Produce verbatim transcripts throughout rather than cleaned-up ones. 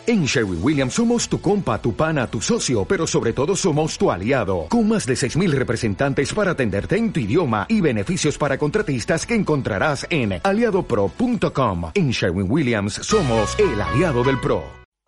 En Sherwin-Williams somos tu compa, tu pana, tu socio, pero sobre todo somos tu aliado, con más de seis mil representantes para atenderte en tu idioma y beneficios para contratistas que encontrarás en aliado pro punto com. En Sherwin-Williams somos el aliado del pro.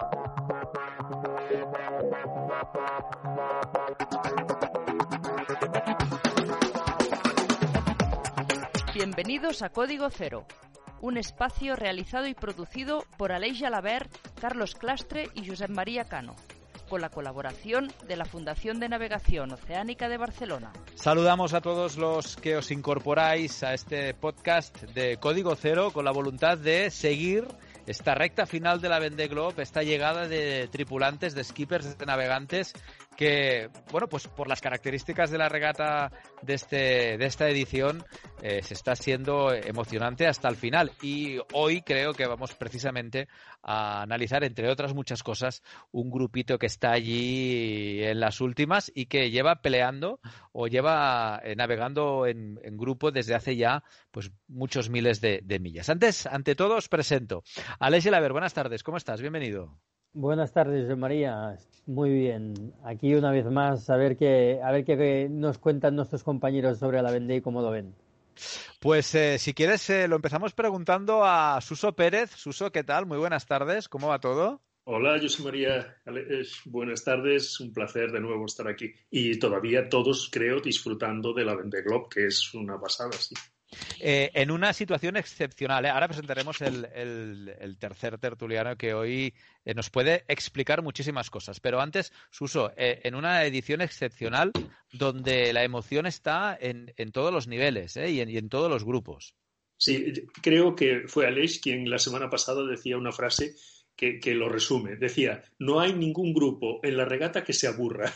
Bienvenidos a Código Cero, un espacio realizado y producido por Aleix Gelabert, Carlos Clastre y Josep María Cano, con la colaboración de la Fundación de Navegación Oceánica de Barcelona. Saludamos a todos los que os incorporáis a este podcast de Código Cero con la voluntad de seguir esta recta final de la Vendée Globe, esta llegada de tripulantes, de skippers, de navegantes que, bueno, pues por las características de la regata de este de esta edición eh, se está siendo emocionante hasta el final. Y hoy creo que vamos precisamente a analizar, entre otras muchas cosas, un grupito que está allí en las últimas y que lleva peleando o lleva eh, navegando en, en grupo desde hace ya pues muchos miles de, de millas. Antes, ante todo, os presento. Aleix Gelabert, buenas tardes, ¿cómo estás? Bienvenido. Buenas tardes, José María. Muy bien. Aquí una vez más a ver qué a ver qué nos cuentan nuestros compañeros sobre la Vendée y cómo lo ven. Pues eh, si quieres eh, lo empezamos preguntando a Suso Pérez. Suso, ¿qué tal? Muy buenas tardes. ¿Cómo va todo? Hola, José María. Buenas tardes. Un placer de nuevo estar aquí. Y todavía todos, creo, disfrutando de la Vendée Globe, que es una pasada, sí. Eh, en una situación excepcional, ¿eh? Ahora presentaremos el, el, el tercer tertuliano que hoy eh, nos puede explicar muchísimas cosas. Pero antes, Suso, eh, en una edición excepcional donde la emoción está en, en todos los niveles ¿eh? y, en, y en todos los grupos. Sí, creo que fue Aleix quien la semana pasada decía una frase que, que lo resume. Decía, no hay ningún grupo en la regata que se aburra.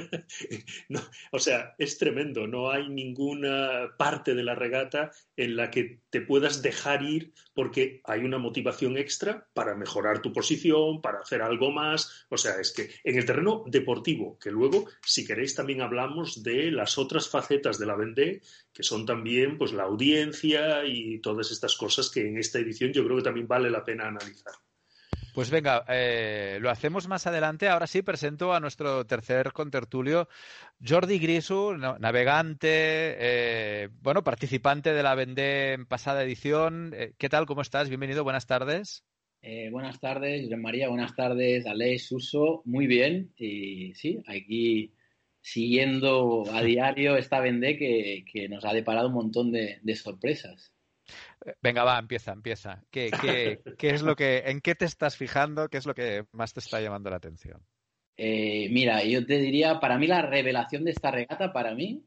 No, o sea, es tremendo. No hay ninguna parte de la regata en la que te puedas dejar ir porque hay una motivación extra para mejorar tu posición, para hacer algo más. O sea, es que en el terreno deportivo, que luego, si queréis, también hablamos de las otras facetas de la Vendée, que son también pues la audiencia y todas estas cosas que en esta edición yo creo que también vale la pena analizar. Pues venga, eh, lo hacemos más adelante. Ahora sí presento a nuestro tercer contertulio, Jordi Grisu, navegante, eh, bueno, participante de la Vendée en pasada edición. Eh, ¿Qué tal? ¿Cómo estás? Bienvenido, buenas tardes. Eh, buenas tardes, José María, buenas tardes, Aleix, Suso, muy bien. Y sí, aquí siguiendo a diario esta Vendée que, que nos ha deparado un montón de, de sorpresas. Venga, va, empieza, empieza. ¿Qué, qué, qué es lo que, ¿En qué te estás fijando? ¿Qué es lo que más te está llamando la atención? Eh, mira, yo te diría, para mí la revelación de esta regata, para mí,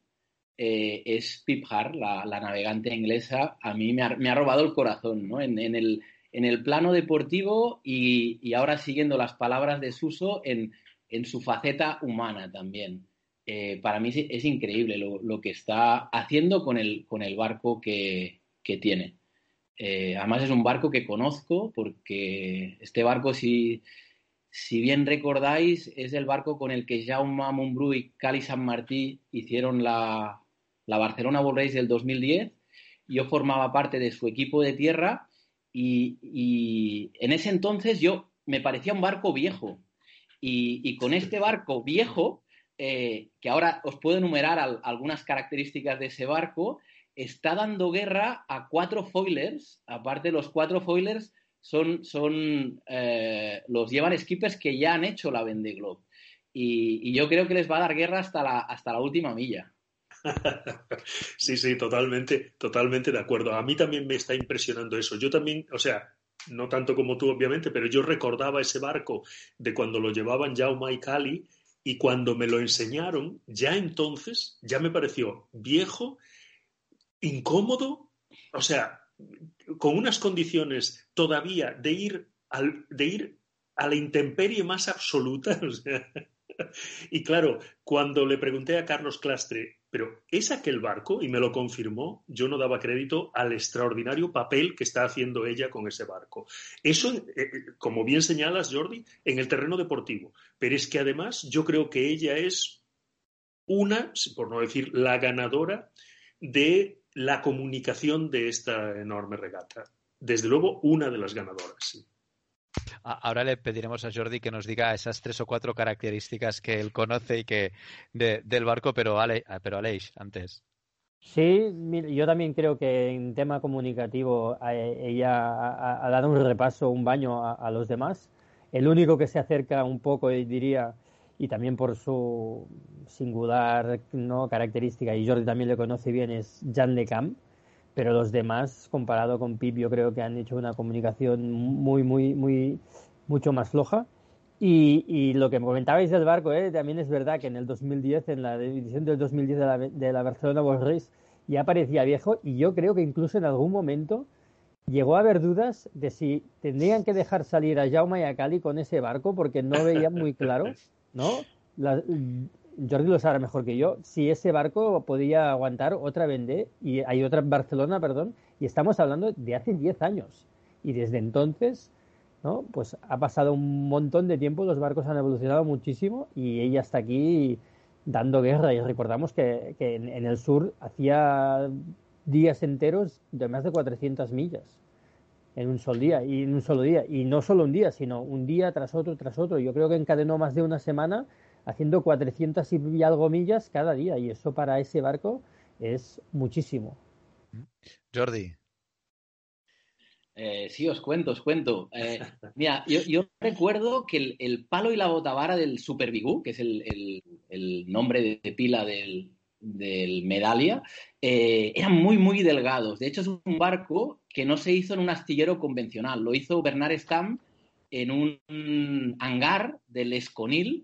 eh, es Pip Hart, la, la navegante inglesa. A mí me ha, me ha robado el corazón, ¿no? En, en, el, en el plano deportivo y, y ahora siguiendo las palabras de Suso, en, en su faceta humana también. Eh, para mí es, es increíble lo, lo que está haciendo con el, con el barco que, que tiene. Eh, además es un barco que conozco porque este barco, si, si bien recordáis, es el barco con el que Jaume Mumbrú y Cali San Martí hicieron la, la Barcelona World Race del dos mil diez. Yo formaba parte de su equipo de tierra y, y en ese entonces yo me parecía un barco viejo y, y con este barco viejo, eh, que ahora os puedo enumerar al, algunas características de ese barco, está dando guerra a cuatro foilers. Aparte, los cuatro foilers son, son eh, los llevan skippers que ya han hecho la Vendée Globe. Y, y yo creo que les va a dar guerra hasta la, hasta la última milla. Sí, sí, totalmente, totalmente de acuerdo. A mí también me está impresionando eso. Yo también, o sea, no tanto como tú, obviamente, pero yo recordaba ese barco de cuando lo llevaban Jaume y Cali y cuando me lo enseñaron, ya entonces, ya me pareció viejo, incómodo, o sea, con unas condiciones todavía de ir, al, de ir a la intemperie más absoluta. O sea, y claro, cuando le pregunté a Carlos Clastre, ¿pero es aquel barco? Y me lo confirmó, yo no daba crédito al extraordinario papel que está haciendo ella con ese barco. Eso, eh, como bien señalas, Jordi, en el terreno deportivo. Pero es que además yo creo que ella es una, por no decir la ganadora, de la comunicación de esta enorme regata. Desde luego, una de las ganadoras, sí. Ahora le pediremos a Jordi que nos diga esas tres o cuatro características que él conoce y que de, del barco, pero, Ale, pero Aleix, antes. Sí, yo también creo que en tema comunicativo ella ha, ha dado un repaso, un baño a, a los demás. El único que se acerca un poco, diría, y también por su singular, ¿no?, característica, y Jordi también le conoce bien, es Jan Le Camp. Pero los demás, comparado con Pip, yo creo que han hecho una comunicación muy, muy, muy, mucho más floja. Y, y lo que me comentabais del barco, ¿eh? También es verdad que en el dos mil diez, en la edición del dos mil diez de la, de la Barcelona World Race, ya parecía viejo, y yo creo que incluso en algún momento llegó a haber dudas de si tendrían que dejar salir a Jaume y a Cali con ese barco, porque no veían muy claro, ¿no? La, Jordi lo sabrá mejor que yo, si ese barco podía aguantar otra Vendée, y hay otra Barcelona, perdón, y estamos hablando de hace diez años. Y desde entonces, ¿no?, pues ha pasado un montón de tiempo, los barcos han evolucionado muchísimo y ella está aquí dando guerra. Y recordamos que, que en, en el sur hacía días enteros de más de cuatrocientas millas en un solo día, y en un solo día, y no solo un día, sino un día tras otro, tras otro. Yo creo que encadenó más de una semana haciendo cuatrocientas y algo millas cada día, y eso para ese barco es muchísimo. Jordi. Eh, sí, os cuento, os cuento. Eh, mira, yo, yo recuerdo que el, el palo y la botavara del Super Vigú, que es el, el, el nombre de, de pila del, del Medallia, eh, eran muy, muy delgados. De hecho, es un barco que no se hizo en un astillero convencional. Lo hizo Bernard Stamm en un hangar del Esconil,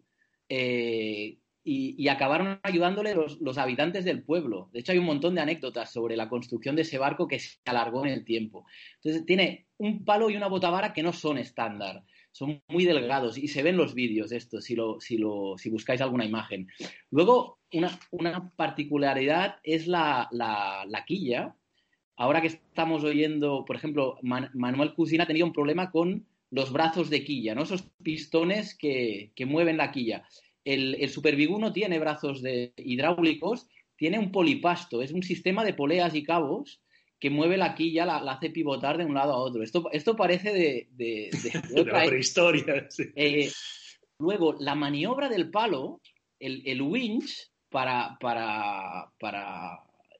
eh, y, y acabaron ayudándole los, los habitantes del pueblo. De hecho, hay un montón de anécdotas sobre la construcción de ese barco que se alargó en el tiempo. Entonces, tiene un palo y una botavara que no son estándar. Son muy delgados y se ven los vídeos de esto, si, lo, si, lo, si buscáis alguna imagen. Luego, una, una particularidad es la, la, la quilla. Ahora que estamos oyendo, por ejemplo, Man, Manuel Cusina tenía un problema con los brazos de quilla, ¿no? Esos pistones que, que mueven la quilla. El, el Super Vigú no tiene brazos de, hidráulicos, tiene un polipasto, es un sistema de poleas y cabos que mueve la quilla, la, la hace pivotar de un lado a otro. Esto, esto parece de, de, de, de otra la prehistoria. Sí. Eh, luego, la maniobra del palo, el, el winch para, para, para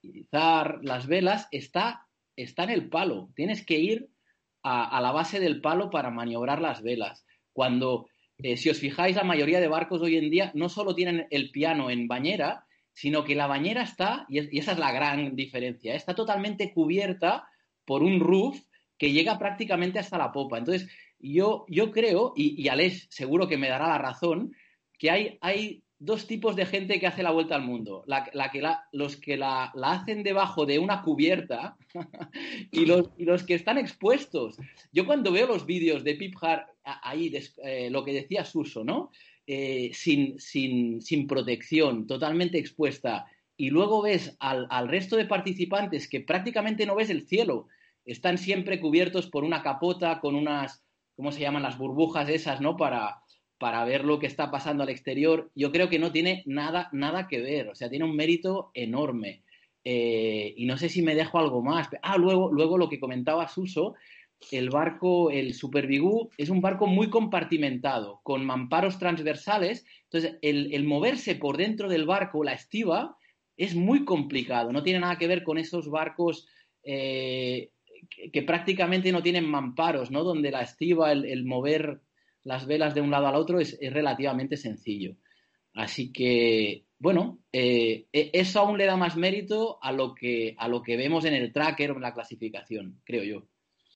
izar las velas está, está en el palo. Tienes que ir a, a la base del palo para maniobrar las velas. Cuando, eh, si os fijáis, la mayoría de barcos hoy en día no solo tienen el piano en bañera, sino que la bañera está, y, es, y esa es la gran diferencia, está totalmente cubierta por un roof que llega prácticamente hasta la popa. Entonces, yo, yo creo, y, y Aleix seguro que me dará la razón, que hay, hay dos tipos de gente que hace la vuelta al mundo. La, la que la, los que la, la hacen debajo de una cubierta y, los, y los que están expuestos. Yo cuando veo los vídeos de Pip Hart, ahí eh, lo que decía Suso, ¿no? Eh, sin, sin, sin protección, totalmente expuesta, y luego ves al, al resto de participantes que prácticamente no ves el cielo, están siempre cubiertos por una capota con unas, ¿cómo se llaman? Las burbujas esas, ¿no? Para, para ver lo que está pasando al exterior. Yo creo que no tiene nada, nada que ver, o sea, tiene un mérito enorme. Eh, y no sé si me dejo algo más. Ah, luego, luego lo que comentaba Suso, el barco, el Super Vigú, es un barco muy compartimentado, con mamparos transversales. Entonces, el, el moverse por dentro del barco, la estiba, es muy complicado. No tiene nada que ver con esos barcos eh, que, que prácticamente no tienen mamparos, ¿no? Donde la estiba, el, el mover las velas de un lado al otro es, es relativamente sencillo. Así que, bueno, eh, eso aún le da más mérito a lo que, a lo que vemos en el tracker o en la clasificación, creo yo.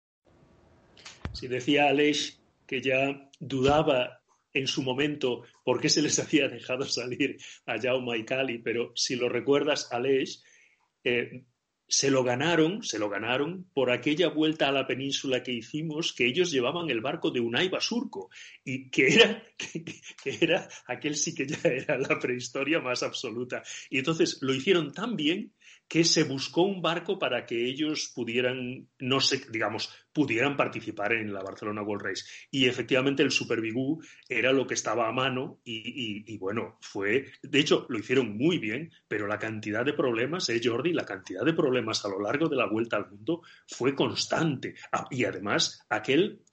Sí, decía Aleix que ya dudaba en su momento por qué se les había dejado salir a Jaume y Cali, pero si lo recuerdas, Aleix, eh, se lo ganaron, se lo ganaron por aquella vuelta a la península que hicimos, que ellos llevaban el barco de Unai Basurco, y que era, que, que era, aquel sí que ya era la prehistoria más absoluta. Y entonces lo hicieron tan bien que se buscó un barco para que ellos pudieran, no sé, digamos, pudieran participar en la Barcelona World Race. Y efectivamente el Super Vigú era lo que estaba a mano y, y, y bueno, fue, de hecho lo hicieron muy bien, pero la cantidad de problemas, eh, Jordi, la cantidad de problemas a lo largo de la vuelta al mundo fue constante. Ah, y además aquel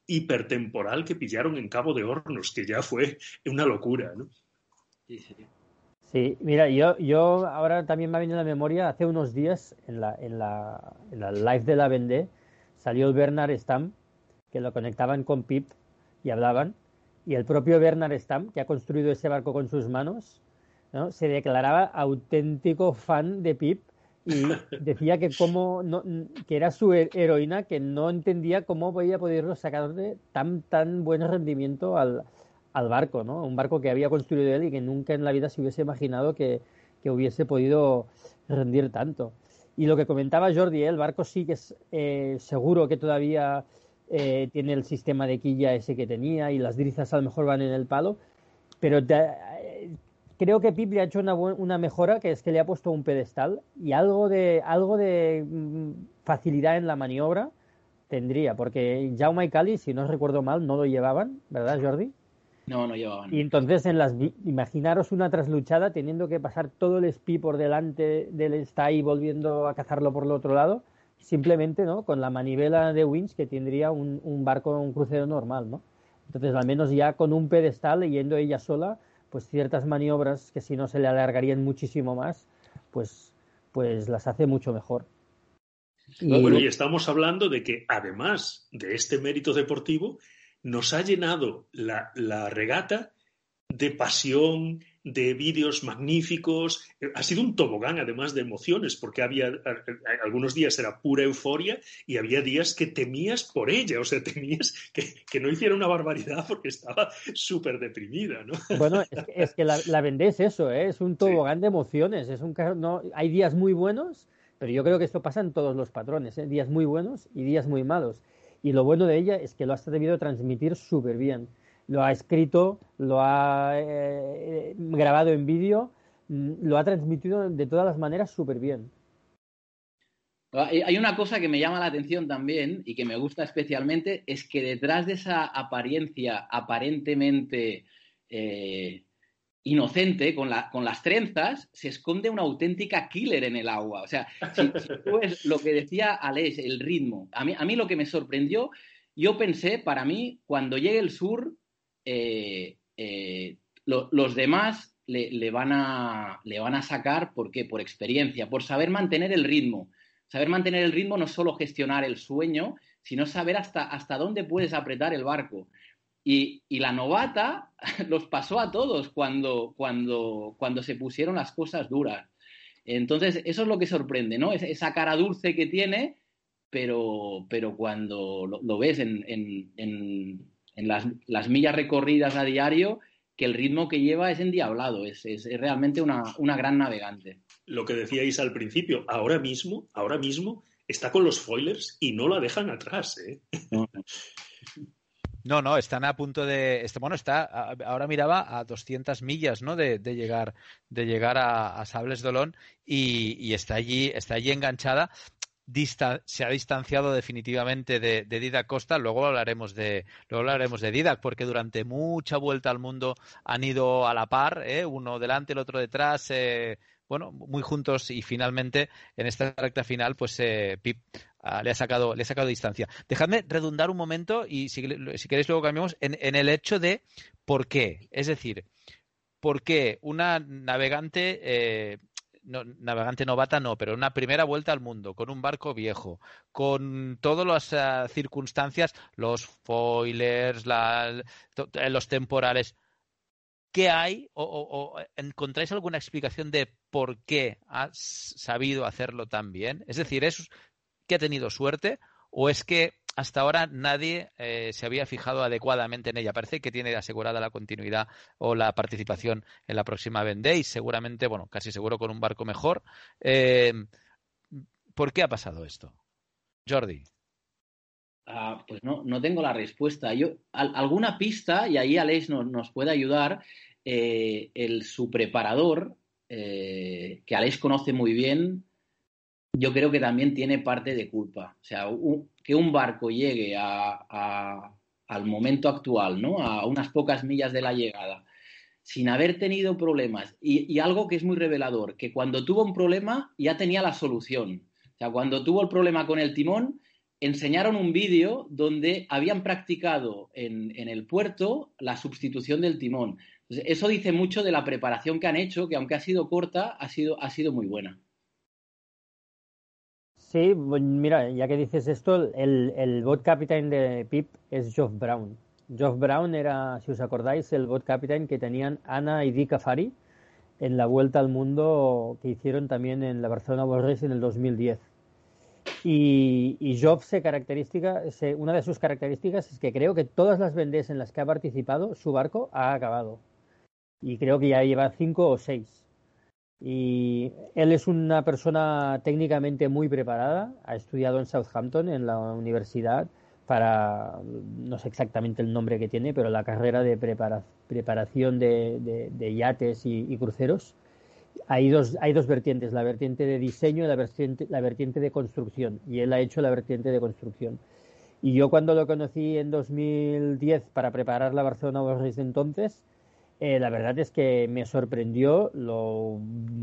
hipertemporal que pillaron en Cabo de Hornos, que ya fue una locura, ¿no? Sí, sí. Sí, mira, yo, yo ahora también me ha venido a la memoria, hace unos días en la, en la, en la live de la Vendée salió el Bernard Stamm, que lo conectaban con Pip y hablaban, y el propio Bernard Stamm, que ha construido ese barco con sus manos, ¿no?, se declaraba auténtico fan de Pip y decía que, como no, que era su heroína, que no entendía cómo podía poderlo sacar de tan, tan buen rendimiento al al barco, ¿no? Un barco que había construido él y que nunca en la vida se hubiese imaginado que, que hubiese podido rendir tanto. Y lo que comentaba Jordi, ¿eh? El barco sí que es eh, seguro que todavía eh, tiene el sistema de quilla ese que tenía y las drizas a lo mejor van en el palo, pero te, eh, creo que Pip le ha hecho una, una mejora, que es que le ha puesto un pedestal y algo de, algo de mm, facilidad en la maniobra tendría, porque Jaume y Cali, si no recuerdo mal, no lo llevaban, ¿verdad, Jordi? No, no llevaban. Y entonces, en las, imaginaros una trasluchada teniendo que pasar todo el espi por delante del Stay volviendo a cazarlo por el otro lado, simplemente, ¿no?, con la manivela de winch que tendría un, un barco, un crucero normal, ¿no? Entonces, al menos ya con un pedestal, yendo ella sola, pues ciertas maniobras que si no se le alargarían muchísimo más, pues, pues las hace mucho mejor. Y... Bueno, y estamos hablando de que, además de este mérito deportivo, nos ha llenado la, la regata de pasión, de vídeos magníficos. Ha sido un tobogán, además, de emociones, porque había algunos días era pura euforia y había días que temías por ella, o sea, temías que, que no hiciera una barbaridad porque estaba súper deprimida, ¿no? Bueno, es que, es que la, la Vendée es eso, ¿eh? Es un tobogán sí. de emociones. Es un, no, hay días muy buenos, pero yo creo que esto pasa en todos los patrones, ¿eh? Días muy buenos y días muy malos. Y lo bueno de ella es que lo ha sabido transmitir súper bien. Lo ha escrito, lo ha eh, grabado en vídeo, lo ha transmitido de todas las maneras súper bien. Hay una cosa que me llama la atención también y que me gusta especialmente, es que detrás de esa apariencia aparentemente eh, inocente, con, la, con las trenzas, se esconde una auténtica killer en el agua. O sea, si, si tú ves lo que decía Aleix, el ritmo, a mí, a mí lo que me sorprendió, yo pensé, para mí, cuando llegue el sur, eh, eh, lo, los demás le, le, van a, le van a sacar, ¿por qué? Por experiencia, por saber mantener el ritmo. Saber mantener el ritmo no es solo gestionar el sueño, sino saber hasta, hasta dónde puedes apretar el barco. Y, y la novata los pasó a todos cuando, cuando, cuando se pusieron las cosas duras. Entonces, eso es lo que sorprende, ¿no? Esa cara dulce que tiene, pero, pero cuando lo, lo ves en, en, en, en las, las millas recorridas a diario, que el ritmo que lleva es endiablado, es, es, es realmente una, una gran navegante. Lo que decíais al principio, ahora mismo, ahora mismo está con los foilers y no la dejan atrás, ¿eh? No. No, no, están a punto de... Este, bueno, está ahora miraba a doscientas millas, ¿no?, de, de llegar de llegar a, a Sables d'Olonne y, y está allí está allí enganchada. Dista, se ha distanciado definitivamente de, de Didac Costa. Luego hablaremos de luego hablaremos de Didac, porque durante mucha vuelta al mundo han ido a la par, ¿eh? Uno delante, el otro detrás, eh, bueno, muy juntos, y finalmente en esta recta final, pues eh, Pip Uh, le ha sacado le ha sacado distancia. Dejadme redundar un momento y si, si queréis luego cambiamos en, en el hecho de por qué. Es decir, por qué una navegante, eh, no, navegante novata no, pero una primera vuelta al mundo, con un barco viejo, con todas las uh, circunstancias, los foilers, la, to, los temporales, ¿qué hay? O, o, o encontráis alguna explicación de por qué ha sabido hacerlo tan bien? Es decir, es que ha tenido suerte, o es que hasta ahora nadie eh, se había fijado adecuadamente en ella. Parece que tiene asegurada la continuidad o la participación en la próxima Vendée y seguramente, bueno, casi seguro con un barco mejor. Eh, ¿Por qué ha pasado esto? Jordi. Uh, pues no, no tengo la respuesta. Yo, al, alguna pista, y ahí Aleix nos, nos puede ayudar, eh, el su preparador, eh, que Aleix conoce muy bien, yo creo que también tiene parte de culpa. O sea, un, que un barco llegue a, a, al momento actual, ¿no?, a unas pocas millas de la llegada, sin haber tenido problemas. Y, y algo que es muy revelador, que cuando tuvo un problema ya tenía la solución. O sea, cuando tuvo el problema con el timón, enseñaron un vídeo donde habían practicado en, en el puerto la sustitución del timón. Entonces, eso dice mucho de la preparación que han hecho, que aunque ha sido corta, ha sido, ha sido muy buena. Sí, mira, ya que dices esto, el, el boat captain de Pip es Geoff Brown. Geoff Brown era, si os acordáis, el boat captain que tenían Ana y Di Cafari en la Vuelta al Mundo que hicieron también en la Barcelona World Race en el dos mil diez. Y, y Geoff se caracteriza, se, una de sus características es que creo que todas las Vendées en las que ha participado, su barco ha acabado. Y creo que ya lleva cinco o seis. Y él es una persona técnicamente muy preparada, ha estudiado en Southampton, en la universidad, para, no sé exactamente el nombre que tiene, pero la carrera de prepara, preparación de, de, de yates y, y cruceros. Hay dos, hay dos vertientes, la vertiente de diseño y la vertiente, la vertiente de construcción, y él ha hecho la vertiente de construcción. Y yo cuando lo conocí en dos mil diez para preparar la Barcelona World Race de entonces, Eh, la verdad es que me sorprendió lo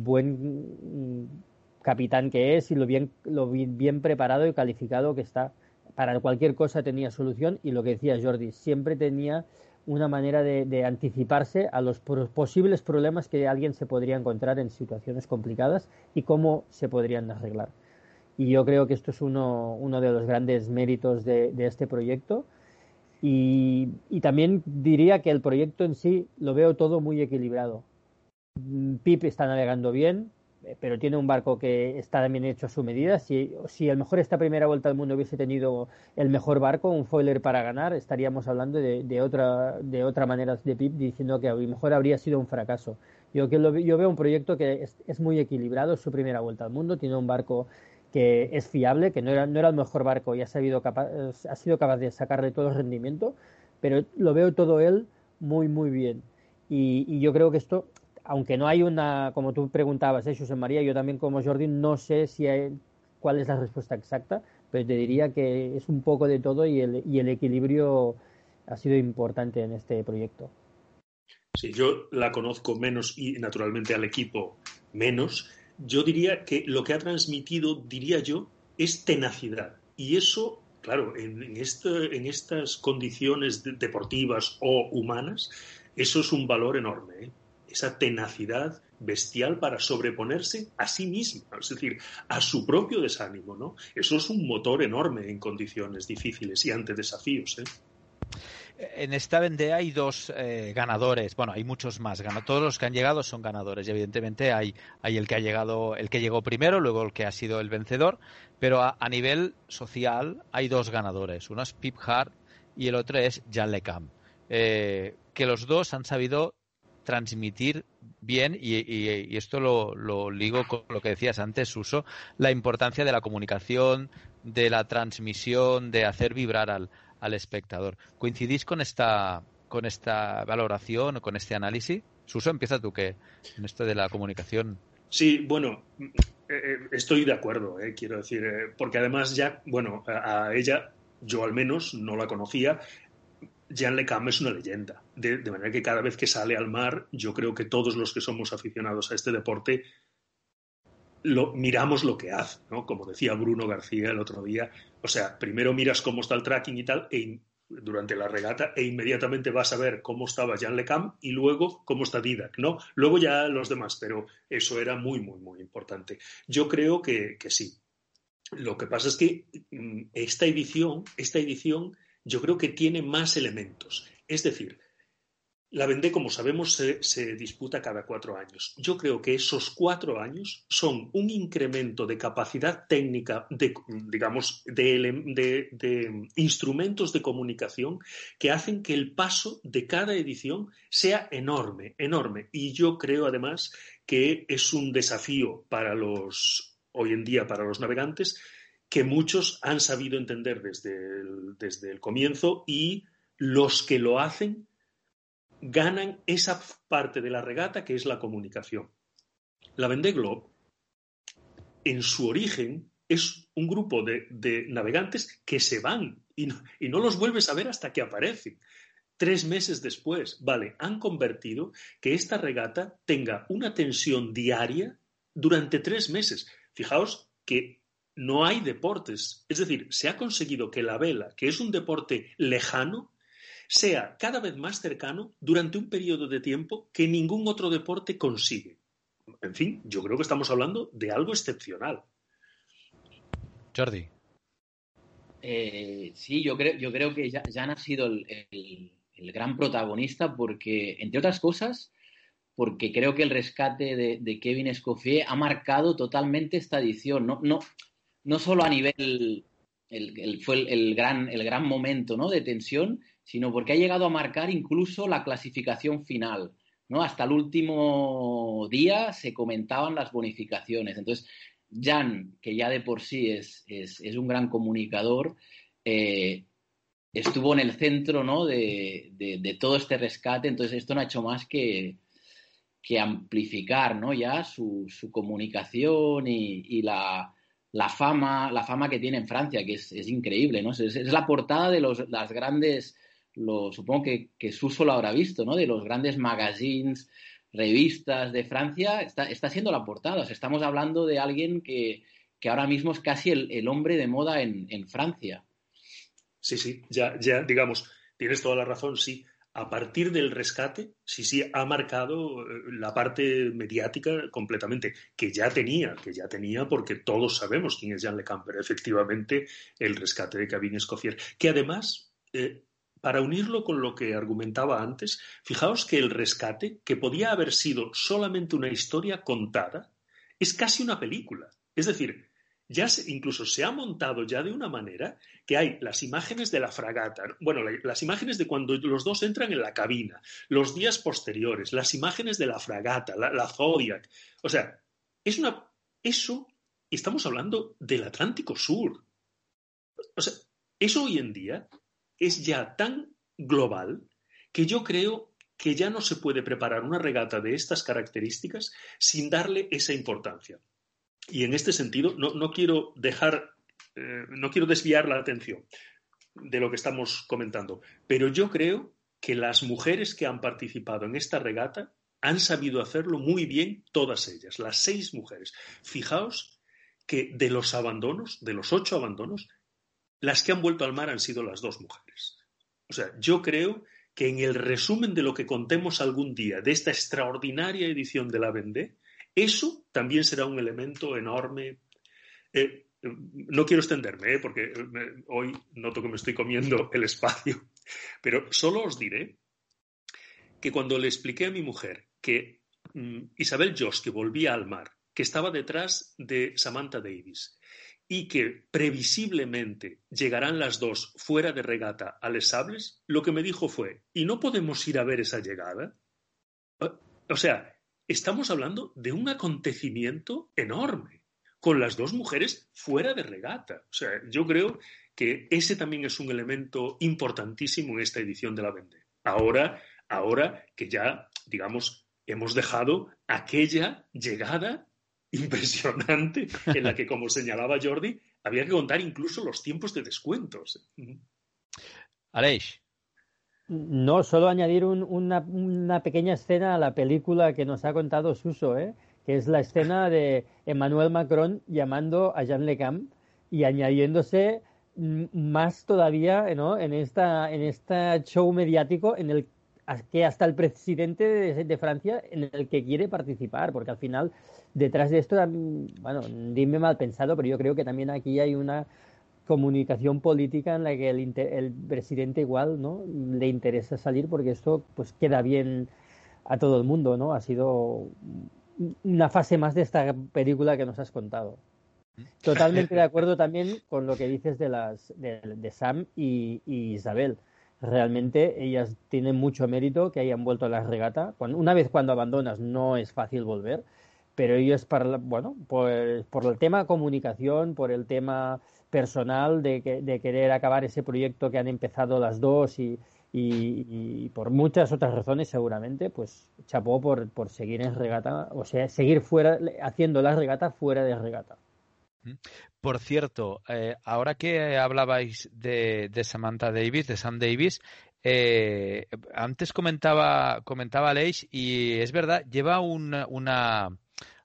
buen capitán que es y lo bien, lo bien, bien preparado y calificado que está. Para cualquier cosa tenía solución, y lo que decía Jordi, siempre tenía una manera de, de anticiparse a los posibles problemas que alguien se podría encontrar en situaciones complicadas y cómo se podrían arreglar. Y yo creo que esto es uno, uno de los grandes méritos de, de este proyecto. Y, y también diría que el proyecto en sí lo veo todo muy equilibrado. Pip está navegando bien, pero tiene un barco que está también hecho a su medida. Si, si a lo mejor esta primera vuelta al mundo hubiese tenido el mejor barco, un foiler para ganar, estaríamos hablando de, de, otra, de otra manera de Pip, diciendo que a lo mejor habría sido un fracaso. Yo, que lo, yo veo un proyecto que es, es muy equilibrado, es su primera vuelta al mundo, tiene un barco que es fiable, que no era, no era el mejor barco y ha, sabido capaz, ha sido capaz de sacarle todo el rendimiento, pero lo veo todo él muy, muy bien. Y, y yo creo que esto, aunque no hay una, como tú preguntabas, ¿eh, José María? Yo también como Jordi no sé si hay, cuál es la respuesta exacta, pero te diría que es un poco de todo y el, y el equilibrio ha sido importante en este proyecto. Sí, yo la conozco menos y naturalmente al equipo menos. Yo diría que lo que ha transmitido, diría yo, es tenacidad. Y eso, claro, en, en, este, en estas condiciones de, deportivas o humanas, eso es un valor enorme, ¿eh? Esa tenacidad bestial para sobreponerse a sí misma, es decir, a su propio desánimo, ¿no? Eso es un motor enorme en condiciones difíciles y ante desafíos, ¿eh? En esta Vendée hay dos eh, ganadores, bueno, hay muchos más, todos los que han llegado son ganadores y evidentemente hay, hay el que ha llegado, el que llegó primero, luego el que ha sido el vencedor, pero a, a nivel social hay dos ganadores, uno es Pip Hart y el otro es Jan Le Cam, eh, que los dos han sabido transmitir bien y, y, y esto lo, lo ligo con lo que decías antes, Suso, la importancia de la comunicación, de la transmisión, de hacer vibrar al al espectador. ¿Coincidís con esta con esta valoración o con este análisis? Suso, empieza tú, que en esto de la comunicación. Sí, bueno, eh, estoy de acuerdo, eh, quiero decir, eh, porque además ya, bueno, a, a ella, yo al menos no la conocía. Jan Le Cam es una leyenda, de, de manera que cada vez que sale al mar, yo creo que todos los que somos aficionados a este deporte Lo, miramos lo que hace, ¿no? Como decía Bruno García el otro día, o sea, primero miras cómo está el tracking y tal e, durante la regata e inmediatamente vas a ver cómo estaba Jan Le Cam y luego cómo está Didac, ¿no? Luego ya los demás, pero eso era muy, muy, muy importante. Yo creo que, que sí. Lo que pasa es que esta edición, esta edición yo creo que tiene más elementos. Es decir, la Vendée, como sabemos, se, se disputa cada cuatro años. Yo creo que esos cuatro años son un incremento de capacidad técnica, de, digamos, de, de, de instrumentos de comunicación que hacen que el paso de cada edición sea enorme, enorme. Y yo creo, además, que es un desafío para los, hoy en día, para los navegantes, que muchos han sabido entender desde el, desde el comienzo, y los que lo hacen ganan esa parte de la regata que es la comunicación. La Vendée Globe, en su origen, es un grupo de, de navegantes que se van y no, y no los vuelves a ver hasta que aparecen. Tres meses después, vale, han convertido que esta regata tenga una tensión diaria durante tres meses. Fijaos que no hay deportes. Es decir, se ha conseguido que la vela, que es un deporte lejano, sea cada vez más cercano durante un periodo de tiempo que ningún otro deporte consigue. En fin, yo creo que estamos hablando de algo excepcional. Jordi. Eh, sí, yo creo, yo creo que Jan ha sido el, el, el gran protagonista porque, entre otras cosas, porque creo que el rescate de, de Kevin Escoffier ha marcado totalmente esta edición. No, no, no solo a nivel, el, el, fue el, el, gran, el gran momento, ¿no?, de tensión, sino porque ha llegado a marcar incluso la clasificación final, ¿no? Hasta el último día se comentaban las bonificaciones. Entonces, Jan, que ya de por sí es, es, es un gran comunicador, eh, estuvo en el centro, ¿no?, de, de, de todo este rescate. Entonces, esto no ha hecho más que, que amplificar, ¿no?, ya su, su comunicación y, y la, la fama la fama que tiene en Francia, que es, es increíble, ¿no? Es, es la portada de los, las grandes, lo, supongo que, que Suso lo habrá visto, ¿no?, de los grandes magazines, revistas de Francia. Está, está siendo la portada. O sea, estamos hablando de alguien que, que ahora mismo es casi el, el hombre de moda en, en Francia. Sí, sí, ya, ya, digamos, tienes toda la razón, sí. A partir del rescate, sí, sí, ha marcado la parte mediática completamente, que ya tenía, que ya tenía porque todos sabemos quién es Jan Le Cam, pero efectivamente el rescate de Kevin Escoffier, que además, eh, para unirlo con lo que argumentaba antes, fijaos que el rescate, que podía haber sido solamente una historia contada, es casi una película. Es decir, ya se, incluso se ha montado ya de una manera que hay las imágenes de la fragata, bueno, la, las imágenes de cuando los dos entran en la cabina, los días posteriores, las imágenes de la fragata, la, la Zodiac. O sea, es una, eso, estamos hablando del Atlántico Sur. O sea, eso hoy en día es ya tan global que yo creo que ya no se puede preparar una regata de estas características sin darle esa importancia. Y en este sentido, no, no quiero dejar, eh, no quiero desviar la atención de lo que estamos comentando, pero yo creo que las mujeres que han participado en esta regata han sabido hacerlo muy bien, todas ellas, las seis mujeres. Fijaos que de los abandonos, de los ocho abandonos, las que han vuelto al mar han sido las dos mujeres. O sea, yo creo que en el resumen de lo que contemos algún día de esta extraordinaria edición de la Vendée, eso también será un elemento enorme. Eh, no quiero extenderme, ¿eh? porque me, hoy noto que me estoy comiendo el espacio, pero solo os diré que cuando le expliqué a mi mujer que mm, Isabel Joske volvía al mar, que estaba detrás de Samantha Davis y que previsiblemente llegarán las dos fuera de regata a Les Sables, lo que me dijo fue, ¿y no podemos ir a ver esa llegada? O sea, estamos hablando de un acontecimiento enorme, con las dos mujeres fuera de regata. O sea, yo creo que ese también es un elemento importantísimo en esta edición de la Vendée. Ahora, ahora que ya, digamos, hemos dejado aquella llegada impresionante en la que, como señalaba Jordi, había que contar incluso los tiempos de descuentos. Aleix. No, solo añadir un, una, una pequeña escena a la película que nos ha contado Suso, ¿eh? Que es la escena de Emmanuel Macron llamando a Jan Le Cam y añadiéndose más todavía, ¿no?, en esta en este show mediático en el que hasta el presidente de, de Francia en el que quiere participar, porque al final detrás de esto, bueno, dime mal pensado, pero yo creo que también aquí hay una comunicación política en la que el, el presidente igual, ¿no?, le interesa salir porque esto pues queda bien a todo el mundo, ¿no? Ha sido una fase más de esta película que nos has contado. Totalmente de acuerdo también con lo que dices de las de, de Sam y, y Isabel. Realmente ellas tienen mucho mérito que hayan vuelto a la regata. Una vez cuando abandonas no es fácil volver, pero ellos, para, bueno, pues por el tema comunicación, por el tema personal de, que, de querer acabar ese proyecto que han empezado las dos y, y, y por muchas otras razones seguramente, pues chapó por, por seguir en regata, o sea, seguir fuera, haciendo la regata fuera de regata. Por cierto, eh, ahora que hablabais de, de Samantha Davis, de Sam Davis, eh, antes comentaba comentaba Aleix y es verdad, lleva una, una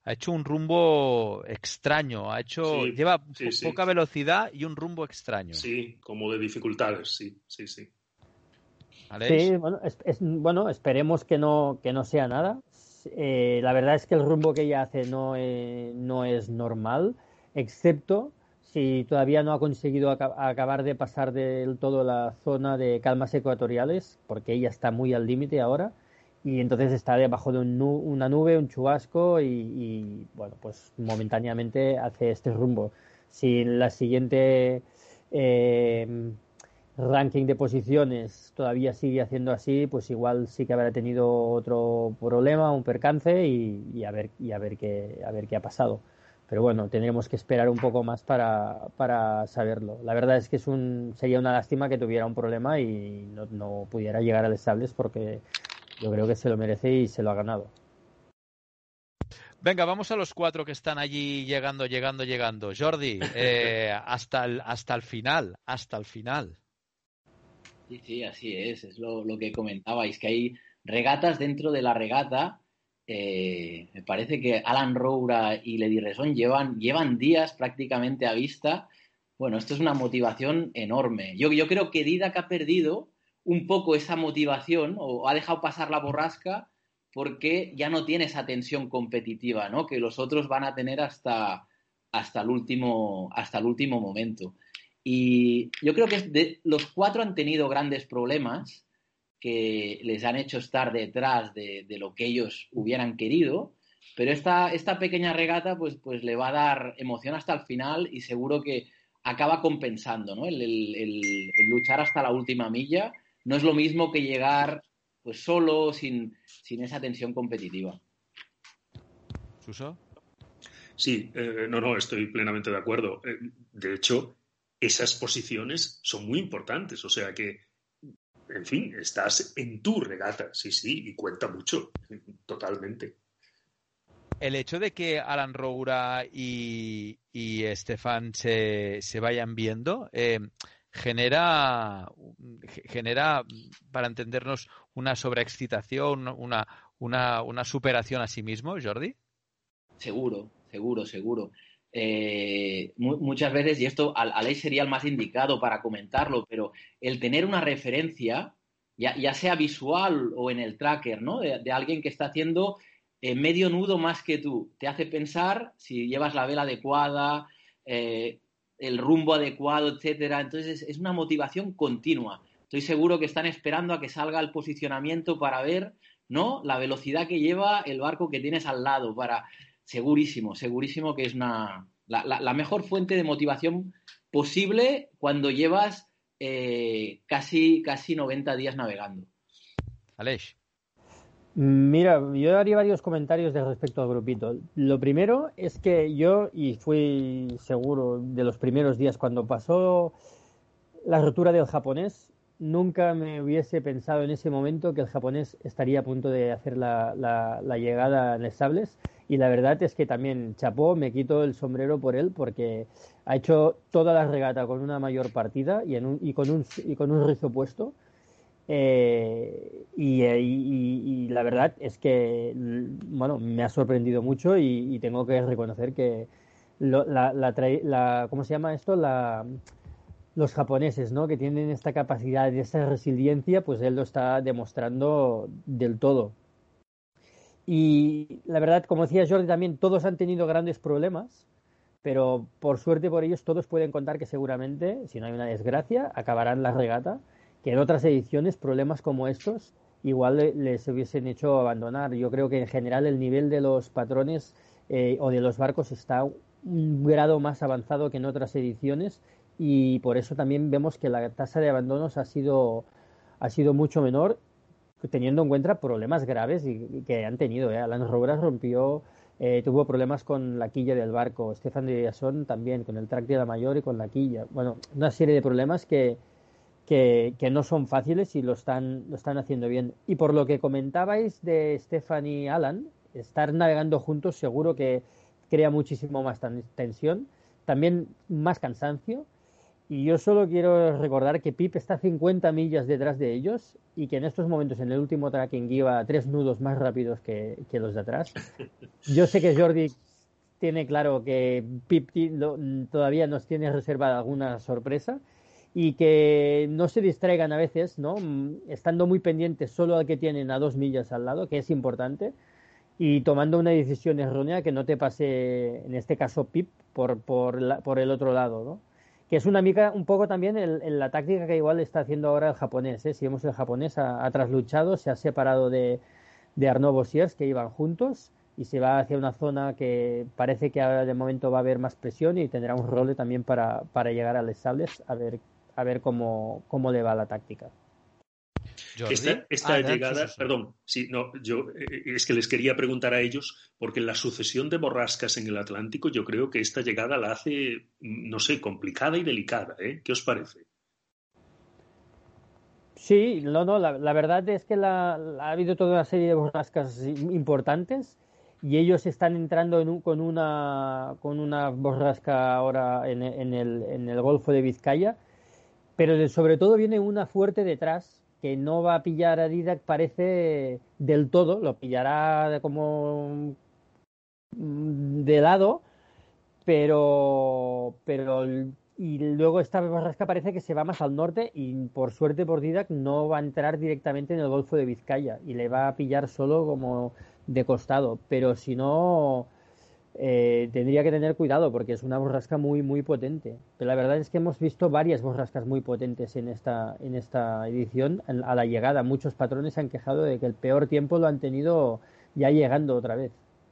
ha hecho un rumbo extraño, ha hecho Sí, lleva sí, po- sí. poca velocidad y un rumbo extraño. Sí, como de dificultades, sí, sí, sí. ¿Aleix? Sí, bueno, es, es- bueno, esperemos que no, que no sea nada. Eh, la verdad es que el rumbo que ella hace no, eh, no es normal, excepto si todavía no ha conseguido aca- acabar de pasar del todo la zona de calmas ecuatoriales, porque ella está muy al límite ahora, y entonces está debajo de un nu- una nube, un chubasco, y, y, bueno, pues momentáneamente hace este rumbo. Si la siguiente eh, ranking de posiciones todavía sigue haciendo así, pues igual sí que habrá tenido otro problema, un percance y, y a ver y a ver qué a ver qué ha pasado. Pero bueno, tendremos que esperar un poco más para, para saberlo. La verdad es que es un sería una lástima que tuviera un problema y no, no pudiera llegar al estables porque yo creo que se lo merece y se lo ha ganado. Venga, vamos a los cuatro que están allí llegando, llegando, llegando. Jordi, eh, hasta el, hasta el final, hasta el final. Sí, sí, así es, es lo, lo que comentabais, que hay regatas dentro de la regata. Eh, me parece que Alan Roura y Lady Reson llevan, llevan días prácticamente a vista. Bueno, esto es una motivación enorme. Yo, yo creo que Didac ha perdido un poco esa motivación o ha dejado pasar la borrasca porque ya no tiene esa tensión competitiva, ¿no? Que los otros van a tener hasta, hasta el último, hasta el último momento. Y yo creo que de, los cuatro han tenido grandes problemas que les han hecho estar detrás de, de lo que ellos hubieran querido, pero esta, esta pequeña regata pues, pues le va a dar emoción hasta el final y seguro que acaba compensando, ¿no? El, el, el, el luchar hasta la última milla no es lo mismo que llegar pues solo, sin, sin esa tensión competitiva. ¿Suso? Sí, eh, no, no, estoy plenamente de acuerdo. Eh, de hecho, esas posiciones son muy importantes, o sea que, en fin, estás en tu regata, sí, sí, y cuenta mucho, totalmente. El hecho de que Alan Roura y, y Estefan se, se vayan viendo eh, genera, genera, para entendernos, una sobreexcitación, una, una, una superación a sí mismo, Jordi. Seguro, seguro, seguro. Eh, mu muchas veces, y esto Aleix sería el más indicado para comentarlo, pero el tener una referencia, ya, ya sea visual o en el tracker, ¿no? De, de alguien que está haciendo eh, medio nudo más que tú, te hace pensar si llevas la vela adecuada, eh, el rumbo adecuado, etcétera. Entonces es, es una motivación continua. Estoy seguro que están esperando a que salga el posicionamiento para ver, ¿no? La velocidad que lleva el barco que tienes al lado para segurísimo, segurísimo que es una la, la, la mejor fuente de motivación posible cuando llevas eh, casi, casi noventa días navegando. Aleix. Mira, yo haría varios comentarios de respecto al grupito. Lo primero es que yo, y fui seguro de los primeros días cuando pasó la rotura del japonés, nunca me hubiese pensado en ese momento que el japonés estaría a punto de hacer la, la, la llegada en estables. Y la verdad es que también chapó, me quito el sombrero por él porque ha hecho toda la regata con una mayor partida y, en un, y, con, un, y con un rizo puesto. Eh, y, y, y la verdad es que bueno, me ha sorprendido mucho y, y tengo que reconocer que lo, la, la, la, ¿cómo se llama esto? La, los japoneses, ¿no? Que tienen esta capacidad y esta resiliencia, pues él lo está demostrando del todo. Y la verdad, como decía Jordi, también todos han tenido grandes problemas, pero por suerte por ellos todos pueden contar que seguramente, si no hay una desgracia, acabarán la regata, que en otras ediciones problemas como estos igual les hubiesen hecho abandonar. Yo creo que en general el nivel de los patrones eh, o de los barcos está un grado más avanzado que en otras ediciones y por eso también vemos que la tasa de abandonos ha sido, ha sido mucho menor, teniendo en cuenta problemas graves y, y que han tenido. ¿eh? Alan Roura rompió, eh, tuvo problemas con la quilla del barco, Stefan de Jason también, con el track de la mayor y con la quilla. Bueno, una serie de problemas que, que, que no son fáciles y lo están, lo están haciendo bien. Y por lo que comentabais de Stefan y Alan, estar navegando juntos seguro que crea muchísimo más tensión, también más cansancio. Y yo solo quiero recordar que Pip está a cincuenta millas detrás de ellos y que en estos momentos en el último tracking iba tres nudos más rápidos que, que los de atrás. Yo sé que Jordi tiene claro que Pip todavía nos tiene reservada alguna sorpresa y que no se distraigan a veces, ¿no? Estando muy pendientes solo al que tienen a dos millas al lado, que es importante, y tomando una decisión errónea que no te pase, en este caso Pip, por, por, la, por el otro lado, ¿no? Que es una mica, un poco también el, el, la táctica que igual está haciendo ahora el japonés, ¿eh? Si vemos el japonés ha, ha trasluchado, se ha separado de, de Arnaud Bossiers, que iban juntos, y se va hacia una zona que parece que ahora de momento va a haber más presión y tendrá un rol también para, para llegar a Les Sables a ver, a ver cómo, cómo le va la táctica. Jordi. Esta, esta ah, llegada, sí, sí. perdón, sí, no, yo eh, es que les quería preguntar a ellos, porque la sucesión de borrascas en el Atlántico, yo creo que esta llegada la hace, no sé, complicada y delicada, ¿eh? ¿Qué os parece? Sí, no, no, la, la verdad es que la, la, ha habido toda una serie de borrascas importantes y ellos están entrando en un, con una con una borrasca ahora en, en, el, en el Golfo de Vizcaya, pero de, sobre todo viene una fuerte detrás que no va a pillar a Didac, parece, del todo, lo pillará como de lado, pero pero y luego esta borrasca parece que se va más al norte y por suerte por Didac no va a entrar directamente en el Golfo de Vizcaya y le va a pillar solo como de costado, pero si no eh, tendría que tener cuidado porque es una borrasca muy muy potente. Pero la verdad es que hemos visto varias borrascas muy potentes en esta en esta edición a la llegada. Muchos patrones se han quejado de que el peor tiempo lo han tenido ya llegando otra vez.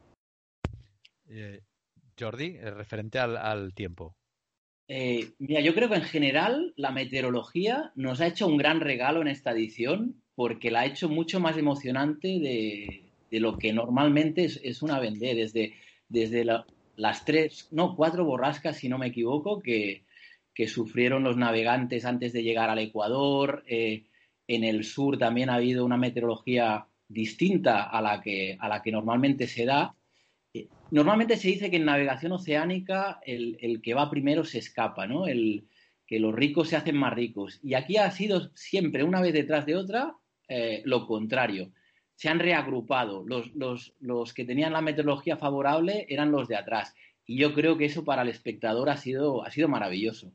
Eh, Jordi, referente al, al tiempo. Eh, mira, yo creo que en general la meteorología nos ha hecho un gran regalo en esta edición porque la ha hecho mucho más emocionante de, de lo que normalmente es, es una Vendée, desde, desde la, las tres, no, cuatro borrascas, si no me equivoco, que, que sufrieron los navegantes antes de llegar al Ecuador. Eh, en el sur también ha habido una meteorología distinta a la que, a la que normalmente se da. Normalmente se dice que en navegación oceánica el, el que va primero se escapa, ¿no? El, que los ricos se hacen más ricos. Y aquí ha sido siempre, una vez detrás de otra, eh, lo contrario. Se han reagrupado. Los, los, los que tenían la meteorología favorable eran los de atrás. Y yo creo que eso para el espectador ha sido, ha sido maravilloso.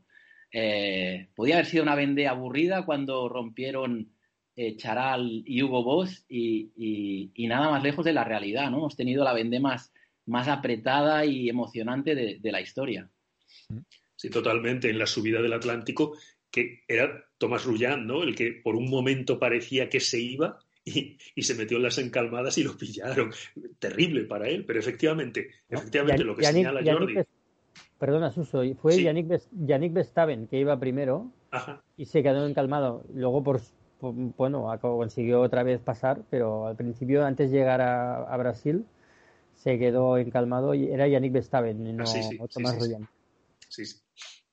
Eh, podía haber sido una Vendée aburrida cuando rompieron eh, Charal y Hugo Boss y, y, y nada más lejos de la realidad, ¿no? Hemos tenido la Vendée más más apretada y emocionante de, de la historia. Sí, totalmente. En la subida del Atlántico, que era Thomas Rullan, ¿no? El que por un momento parecía que se iba y, y se metió en las encalmadas y lo pillaron. Terrible para él, pero efectivamente, no, efectivamente Yan, lo que Yannick, señala Yannick Jordi... Ves, perdona, Suso, fue sí. Yannick, Ves, Yannick Verstappen que iba primero. Ajá. Y se quedó encalmado. Luego, por, por, bueno, consiguió otra vez pasar, pero al principio, antes de llegar a, a Brasil... se quedó encalmado y era Yannick Verstappen y no ah, sí, sí, Thomas sí, sí, Rullan. Sí, sí.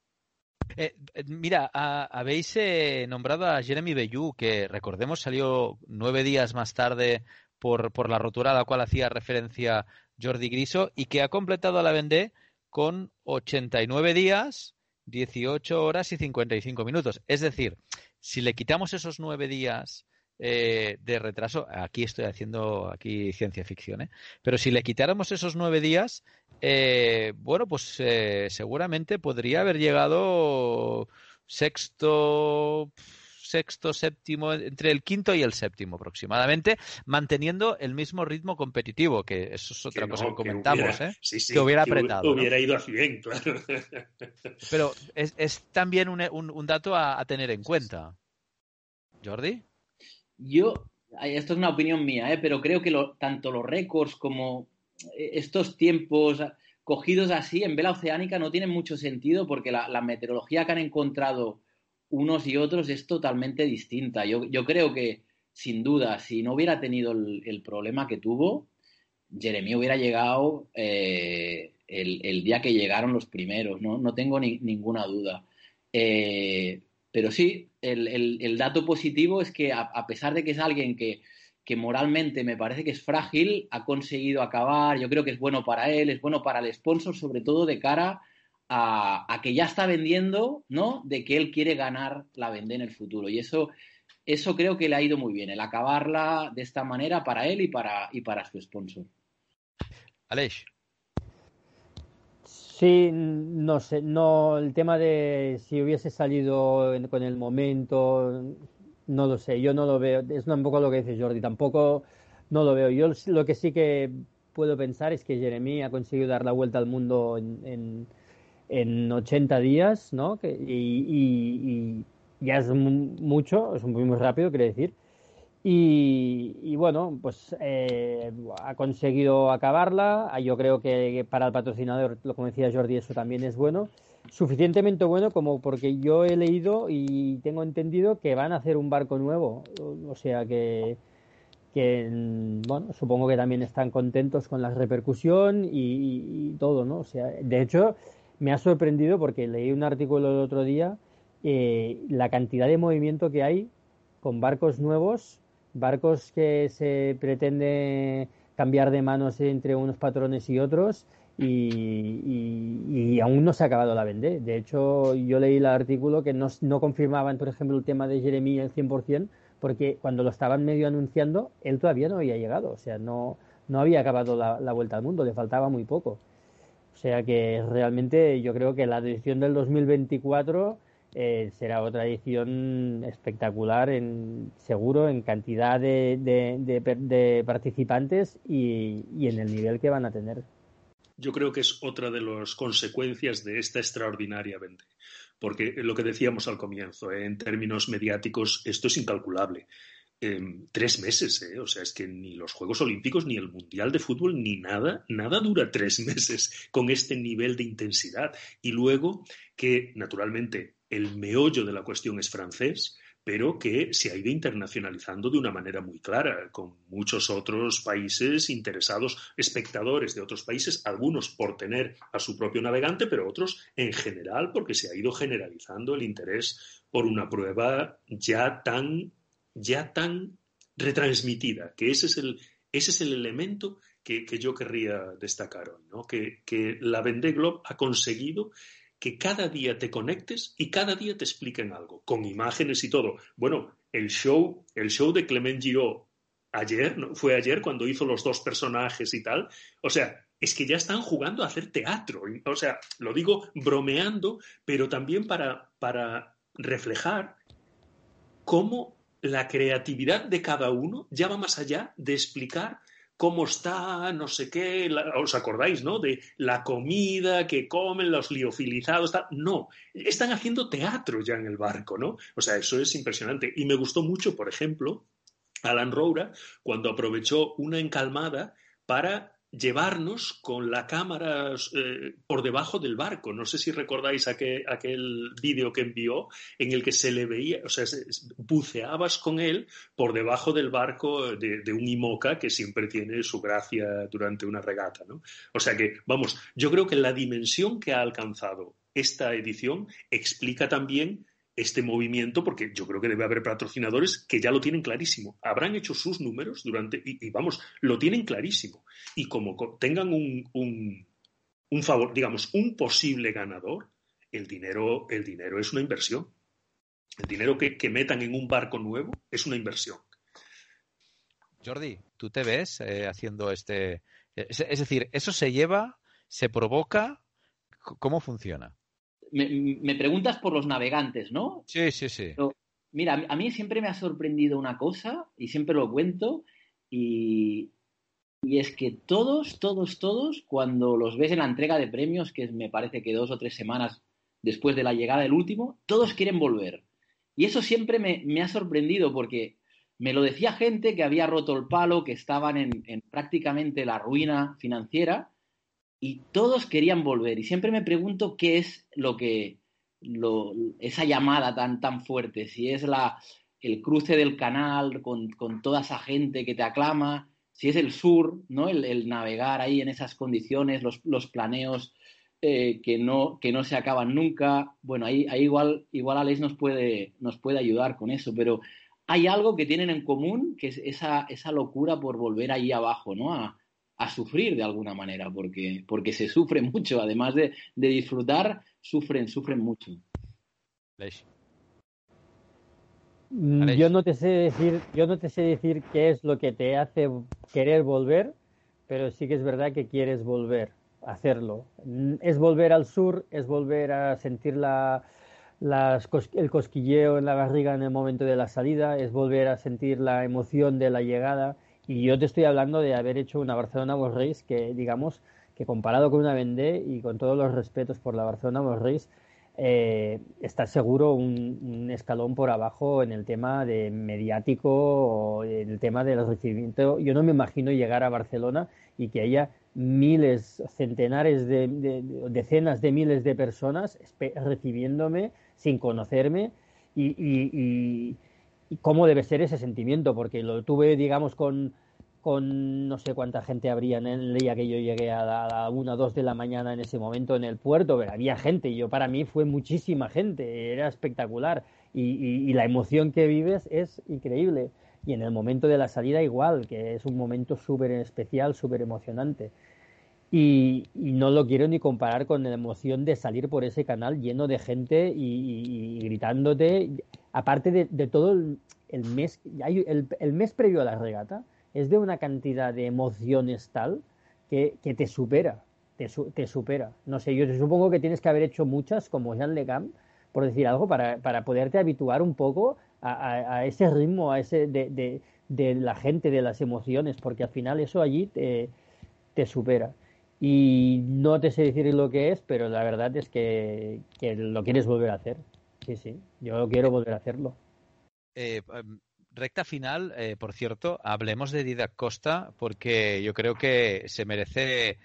Eh, mira, a, habéis eh, nombrado a Jeremy Bellew, que recordemos salió nueve días más tarde por, por la rotura a la cual hacía referencia Jordi Griso y que ha completado la Vendée con ochenta y nueve días, dieciocho horas y cincuenta y cinco minutos. Es decir, si le quitamos esos nueve días Eh, de retraso, aquí estoy haciendo aquí ciencia ficción, ¿eh? Pero si le quitáramos esos nueve días, eh, bueno, pues eh, seguramente podría haber llegado sexto, sexto, séptimo, entre el quinto y el séptimo aproximadamente, manteniendo el mismo ritmo competitivo, que eso es otra que cosa no, que comentamos, que hubiera, ¿eh? Sí, sí, que hubiera que apretado. Hubiera ¿no? ido a cien, claro. Pero es, es también un, un, un dato a, a tener en cuenta. ¿Jordi? Yo, esto es una opinión mía, ¿eh? Pero creo que lo, tanto los récords como estos tiempos cogidos así en vela oceánica no tienen mucho sentido porque la, la meteorología que han encontrado unos y otros es totalmente distinta. Yo, yo creo que, sin duda, si no hubiera tenido el, el problema que tuvo, Jeremy hubiera llegado eh, el, el día que llegaron los primeros, no, no tengo ni, ninguna duda. Eh, pero sí, el, el, el dato positivo es que a, a pesar de que es alguien que, que moralmente me parece que es frágil, ha conseguido acabar. Yo creo que es bueno para él, es bueno para el sponsor, sobre todo de cara a, a que ya está vendiendo, ¿no? De que él quiere ganar la Vendée en el futuro. Y eso eso creo que le ha ido muy bien, el acabarla de esta manera para él y para, y para su sponsor. Aleix. Sí, no sé, no, el tema de si hubiese salido en, con el momento, no lo sé, yo no lo veo, es un poco lo que dice Jordi, tampoco no lo veo. Yo lo que sí que puedo pensar es que Jeremy ha conseguido dar la vuelta al mundo en, en, en ochenta días, ¿no? Que, y, y, y ya es mucho, es muy, muy rápido, quiero decir. Y, y bueno, pues eh, ha conseguido acabarla. Yo creo que para el patrocinador, como decía Jordi, eso también es bueno. Suficientemente bueno como porque yo he leído y tengo entendido que van a hacer un barco nuevo. O sea que, que bueno, supongo que también están contentos con la repercusión y, y, y todo, ¿no? O sea, de hecho, me ha sorprendido porque leí un artículo el otro día, eh, la cantidad de movimiento que hay con barcos nuevos, barcos que se pretende cambiar de manos entre unos patrones y otros y, y, y aún no se ha acabado la vende. De hecho, yo leí el artículo que no, no confirmaban, por ejemplo, el tema de Jeremy al cien por ciento, porque cuando lo estaban medio anunciando, él todavía no había llegado, o sea, no, no había acabado la, la vuelta al mundo, le faltaba muy poco. O sea que realmente yo creo que la edición del dos mil veinticuatro Eh, será otra edición espectacular, en, seguro, en cantidad de, de, de, de participantes y, y en el nivel que van a tener. Yo creo que es otra de las consecuencias de esta extraordinaria venta, porque lo que decíamos al comienzo, eh, en términos mediáticos, esto es incalculable. Eh, tres meses, eh, o sea, es que ni los Juegos Olímpicos, ni el Mundial de Fútbol, ni nada, nada dura tres meses con este nivel de intensidad. Y luego que, naturalmente, el meollo de la cuestión es francés, pero que se ha ido internacionalizando de una manera muy clara, con muchos otros países interesados, espectadores de otros países, algunos por tener a su propio navegante, pero otros en general porque se ha ido generalizando el interés por una prueba ya tan, ya tan retransmitida, que ese es el, ese es el elemento que, que yo querría destacar hoy, ¿no? Que, que la Vendée Globe ha conseguido que cada día te conectes y cada día te expliquen algo, con imágenes y todo. Bueno, el show, el show de Clement Giraud ayer, ¿no? Fue ayer cuando hizo los dos personajes y tal. O sea, es que ya están jugando a hacer teatro. O sea, lo digo bromeando, pero también para, para reflejar cómo la creatividad de cada uno ya va más allá de explicar cómo está, no sé qué, la, ¿os acordáis, no? De la comida que comen, los liofilizados, tal. No, están haciendo teatro ya en el barco, ¿no? O sea, eso es impresionante. Y me gustó mucho, por ejemplo, Alan Roura, cuando aprovechó una encalmada para llevarnos con la cámara eh, por debajo del barco. No sé si recordáis aquel, aquel vídeo que envió en el que se le veía, o sea, buceabas con él por debajo del barco de, de un IMOCA que siempre tiene su gracia durante una regata, ¿no? O sea que, vamos, yo creo que la dimensión que ha alcanzado esta edición explica también este movimiento, porque yo creo que debe haber patrocinadores que ya lo tienen clarísimo. Habrán hecho sus números durante, y, y vamos, lo tienen clarísimo. Y como tengan un, un, un favor, digamos, un posible ganador, el dinero, el dinero es una inversión. El dinero que, que metan en un barco nuevo es una inversión. Jordi, ¿tú te ves eh, haciendo este...? Es, es decir, ¿eso se lleva, se provoca? ¿Cómo funciona? Me, me preguntas por los navegantes, ¿no? Sí, sí, sí. Pero, mira, a mí siempre me ha sorprendido una cosa, y siempre lo cuento, y, y es que todos, todos, todos, cuando los ves en la entrega de premios, que es, me parece que dos o tres semanas después de la llegada del último, todos quieren volver. Y eso siempre me, me ha sorprendido, porque me lo decía gente que había roto el palo, que estaban en, en prácticamente la ruina financiera, y todos querían volver. Y siempre me pregunto qué es lo que lo, esa llamada tan, tan fuerte. Si es la, el cruce del canal con, con toda esa gente que te aclama, si es el sur, ¿no? El, el navegar ahí en esas condiciones, los, los planeos eh, que, no, que no se acaban nunca. Bueno, ahí, ahí igual, igual Alex nos puede, nos puede ayudar con eso, pero hay algo que tienen en común, que es esa, esa locura por volver ahí abajo, ¿no? A, a sufrir de alguna manera, porque, porque se sufre mucho, además de, de disfrutar, sufren, sufren mucho. Aleix. Yo no te sé decir, yo no te sé decir qué es lo que te hace querer volver, pero sí que es verdad que quieres volver a hacerlo. Es volver al sur, es volver a sentir la, las, el cosquilleo en la barriga en el momento de la salida, es volver a sentir la emoción de la llegada. Y yo te estoy hablando de haber hecho una Barcelona World Race que, digamos, que comparado con una Vendée y con todos los respetos por la Barcelona World Race, eh, está seguro un, un escalón por abajo en el tema de mediático o en el tema del recibimiento. Yo no me imagino llegar a Barcelona y que haya miles, centenares de, de, de decenas de miles de personas recibiéndome sin conocerme y, y, y, y cómo debe ser ese sentimiento, porque lo tuve, digamos, con con no sé cuánta gente habría en el día que yo llegué a la, a la una o dos de la mañana en ese momento en el puerto, pero había gente, y yo para mí fue muchísima gente, era espectacular, y, y, y la emoción que vives es increíble, y en el momento de la salida igual, que es un momento súper especial, súper emocionante, y, y no lo quiero ni comparar con la emoción de salir por ese canal lleno de gente y, y, y gritándote, aparte de, de todo el, el mes, el, el mes previo a la regata, es de una cantidad de emociones tal que, que te supera, te, te supera. No sé, yo supongo que tienes que haber hecho muchas, como Jean Le Cam, por decir algo, para, para poderte habituar un poco a, a, a ese ritmo, a ese de, de, de la gente, de las emociones, porque al final eso allí te, te supera. Y no te sé decir lo que es, pero la verdad es que, que lo quieres volver a hacer. Sí, sí, yo quiero volver a hacerlo. Eh, um... Recta final, eh, por cierto, hablemos de Didac Costa porque yo creo que se merece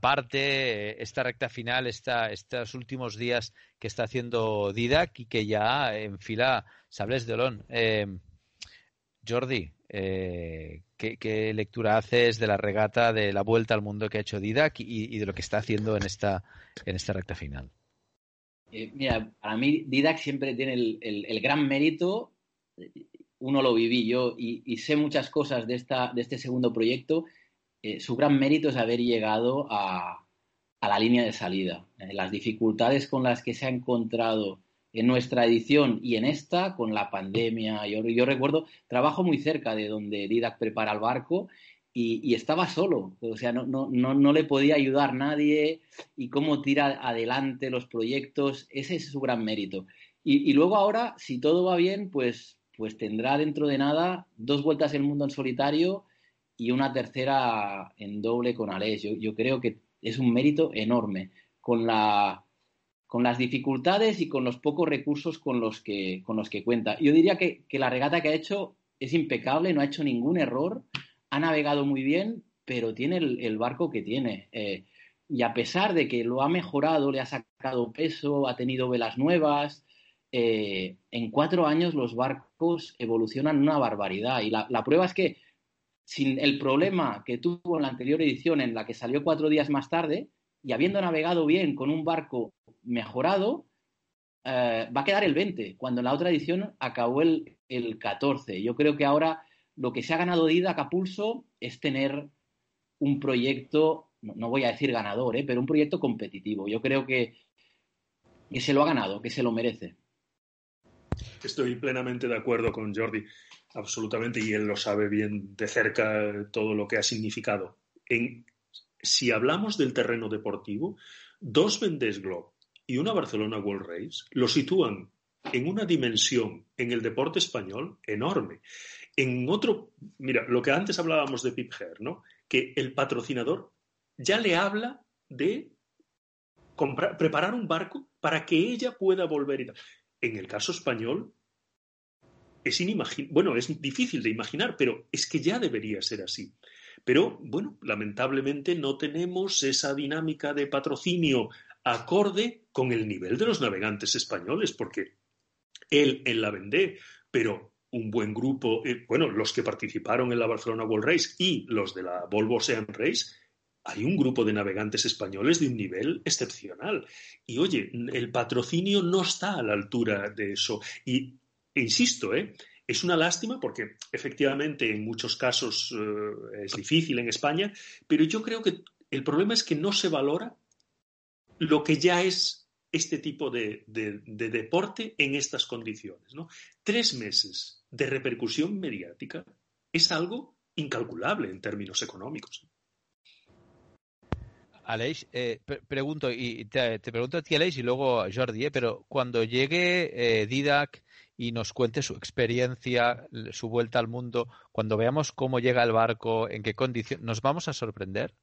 aparte esta recta final, esta, estos últimos días que está haciendo Didac y que ya enfila sables de Olón. Eh, Jordi, eh, ¿qué, ¿qué lectura haces de la regata, de la vuelta al mundo que ha hecho Didac y, y de lo que está haciendo en esta, en esta recta final? Eh, mira, para mí Didac siempre tiene el, el, el gran mérito. Uno lo viví yo y, y sé muchas cosas de, esta, de este segundo proyecto. Eh, su gran mérito es haber llegado a, a la línea de salida. Eh, las dificultades con las que se ha encontrado en nuestra edición y en esta, con la pandemia. Yo, yo recuerdo, trabajo muy cerca de donde Didac prepara el barco y, y estaba solo. O sea, no, no, no, no le podía ayudar nadie y cómo tira adelante los proyectos. Ese es su gran mérito. Y, y luego ahora, si todo va bien, pues... pues tendrá dentro de nada dos vueltas el mundo en solitario y una tercera en doble con Aleix. Yo, yo creo que es un mérito enorme con, la, con las dificultades y con los pocos recursos con los que, con los que cuenta. Yo diría que, que la regata que ha hecho es impecable, no ha hecho ningún error, ha navegado muy bien, pero tiene el, el barco que tiene. Eh, y a pesar de que lo ha mejorado, le ha sacado peso, ha tenido velas nuevas... Eh, en cuatro años los barcos evolucionan una barbaridad y la, la prueba es que sin el problema que tuvo en la anterior edición en la que salió cuatro días más tarde y habiendo navegado bien con un barco mejorado eh, va a quedar el veinte cuando en la otra edición acabó el, el catorce. Yo creo que ahora lo que se ha ganado Didac a pulso es tener un proyecto, no, no voy a decir ganador, eh, pero un proyecto competitivo. Yo creo que, que se lo ha ganado, que se lo merece. Estoy plenamente de acuerdo con Jordi, absolutamente, y él lo sabe bien de cerca todo lo que ha significado. En, si hablamos del terreno deportivo, dos Vendée Globe y una Barcelona World Race lo sitúan en una dimensión en el deporte español enorme. En otro, mira, lo que antes hablábamos de Pip Herr, ¿no? Que el patrocinador ya le habla de comprar, preparar un barco para que ella pueda volver y tal. En el caso español es inimaginable, bueno, es difícil de imaginar, pero es que ya debería ser así. Pero, bueno, lamentablemente no tenemos esa dinámica de patrocinio acorde con el nivel de los navegantes españoles, porque él en la Vendée, pero un buen grupo, eh, bueno, los que participaron en la Barcelona World Race y los de la Volvo Ocean Race, hay un grupo de navegantes españoles de un nivel excepcional. Y oye, el patrocinio no está a la altura de eso. Y e insisto, ¿eh? Es una lástima porque efectivamente en muchos casos eh, es difícil en España, pero yo creo que el problema es que no se valora lo que ya es este tipo de, de, de deporte en estas condiciones, ¿no? Tres meses de repercusión mediática es algo incalculable en términos económicos. Aleix, eh, pre pregunto, y te, te pregunto a ti, Aleix, y luego a Jordi, eh, pero cuando llegue eh, Didac y nos cuente su experiencia, su vuelta al mundo, cuando veamos cómo llega el barco, en qué condiciones, ¿nos vamos a sorprender?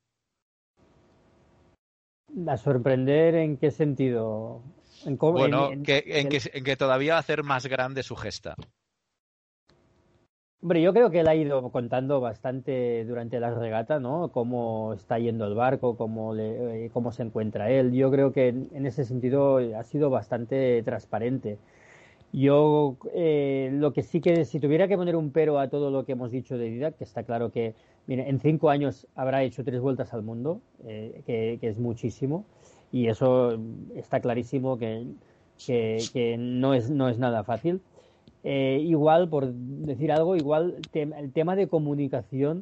¿A sorprender en qué sentido? ¿En cómo, bueno, en, en, que, en, el... que, en que todavía va a hacer más grande su gesta. Hombre, yo creo que él ha ido contando bastante durante la regata, ¿no? Cómo está yendo el barco, cómo, le, eh, cómo se encuentra él. Yo creo que en ese sentido ha sido bastante transparente. Yo eh, lo que sí que, si tuviera que poner un pero a todo lo que hemos dicho de Didac, que está claro que mire, en cinco años habrá hecho tres vueltas al mundo, eh, que, que es muchísimo, y eso está clarísimo que, que, que no, es, no es nada fácil. Eh, igual, por decir algo, igual te, el tema de comunicación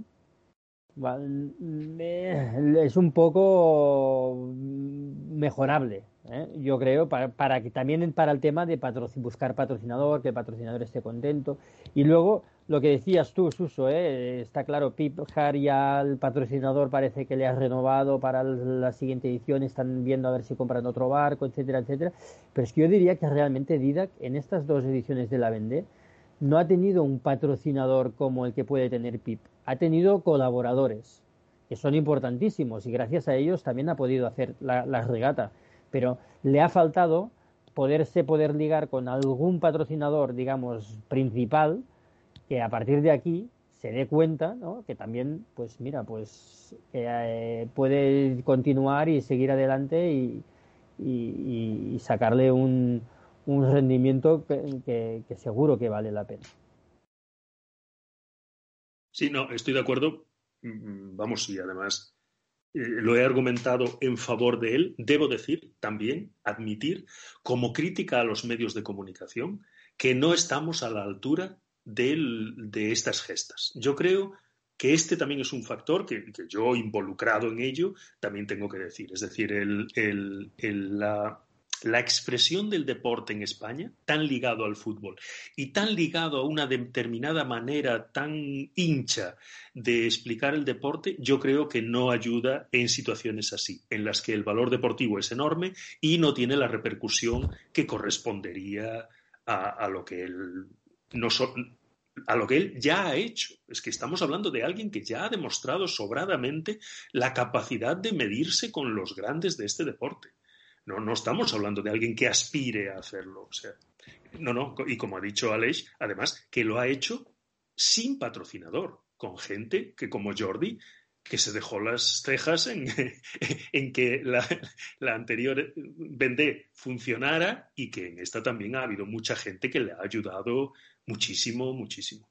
eh, es un poco mejorable, ¿eh? Yo creo, para, para que también para el tema de patrocin buscar patrocinador, que el patrocinador esté contento. Y luego, lo que decías tú, Suso, ¿eh? Está claro, Pip Har ya el patrocinador parece que le ha renovado para la siguiente edición, están viendo a ver si compran otro barco, etcétera, etcétera. Pero es que yo diría que realmente Didac, en estas dos ediciones de la Vendée, no ha tenido un patrocinador como el que puede tener Pip. Ha tenido colaboradores, que son importantísimos, y gracias a ellos también ha podido hacer la, la regata. Pero le ha faltado poderse poder ligar con algún patrocinador, digamos, principal, que a partir de aquí se dé cuenta, ¿no? Que también, pues mira, pues eh, puede continuar y seguir adelante y, y, y sacarle un, un rendimiento que, que, que seguro que vale la pena. Sí, no, estoy de acuerdo. Vamos, y además eh, lo he argumentado en favor de él. Debo decir, también, admitir, como crítica a los medios de comunicación, que no estamos a la altura de, de estas gestas. Yo creo que este también es un factor que, que yo, involucrado en ello, también tengo que decir. Es decir, el, el, el, la, la expresión del deporte en España, tan ligado al fútbol y tan ligado a una determinada manera tan hincha de explicar el deporte, yo creo que no ayuda en situaciones así, en las que el valor deportivo es enorme y no tiene la repercusión que correspondería a, a lo que él no so, a lo que él ya ha hecho. Es que estamos hablando de alguien que ya ha demostrado sobradamente la capacidad de medirse con los grandes de este deporte. No, no estamos hablando de alguien que aspire a hacerlo. O sea, no, no. Y como ha dicho Aleix, además, que lo ha hecho sin patrocinador, con gente que, como Jordi, que se dejó las cejas en, en que la, la anterior Vendée funcionara y que en esta también ha habido mucha gente que le ha ayudado muchísimo, muchísimo.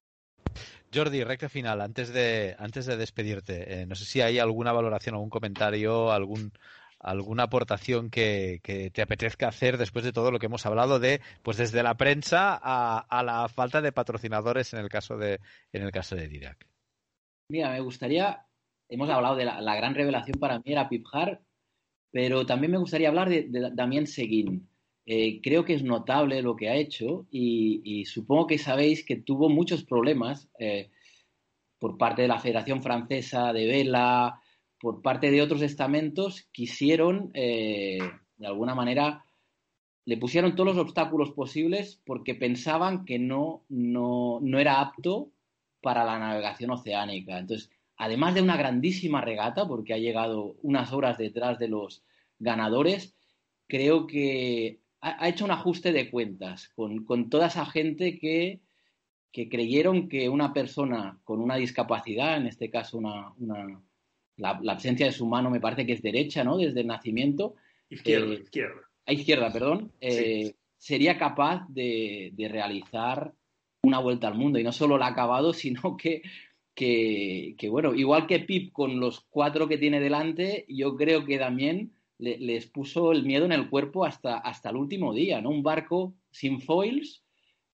Jordi, recta final, antes de, antes de despedirte, eh, no sé si hay alguna valoración, algún comentario, algún... alguna aportación que, que te apetezca hacer después de todo lo que hemos hablado de, pues desde la prensa a, a la falta de patrocinadores en el caso de, en el caso de Didac. Mira, me gustaría, hemos hablado de la, la gran revelación para mí era Pip Har, pero también me gustaría hablar de, de Damien Seguin. Eh, creo que es notable lo que ha hecho y, y supongo que sabéis que tuvo muchos problemas eh, por parte de la Federación Francesa de Vela, por parte de otros estamentos, quisieron, eh, de alguna manera, le pusieron todos los obstáculos posibles porque pensaban que no, no, no era apto para la navegación oceánica. Entonces, además de una grandísima regata, porque ha llegado unas horas detrás de los ganadores, creo que ha, ha hecho un ajuste de cuentas con, con toda esa gente que, que creyeron que una persona con una discapacidad, en este caso una... una La, la ausencia de su mano me parece que es derecha, ¿no? Desde el nacimiento. Izquierda, eh, izquierda. A izquierda, perdón. Eh, sí. Sería capaz de, de realizar una vuelta al mundo. Y no solo la ha acabado, sino que, que, que, bueno, igual que Pip con los cuatro que tiene delante, yo creo que también le, les puso el miedo en el cuerpo hasta, hasta el último día, ¿no? Un barco sin foils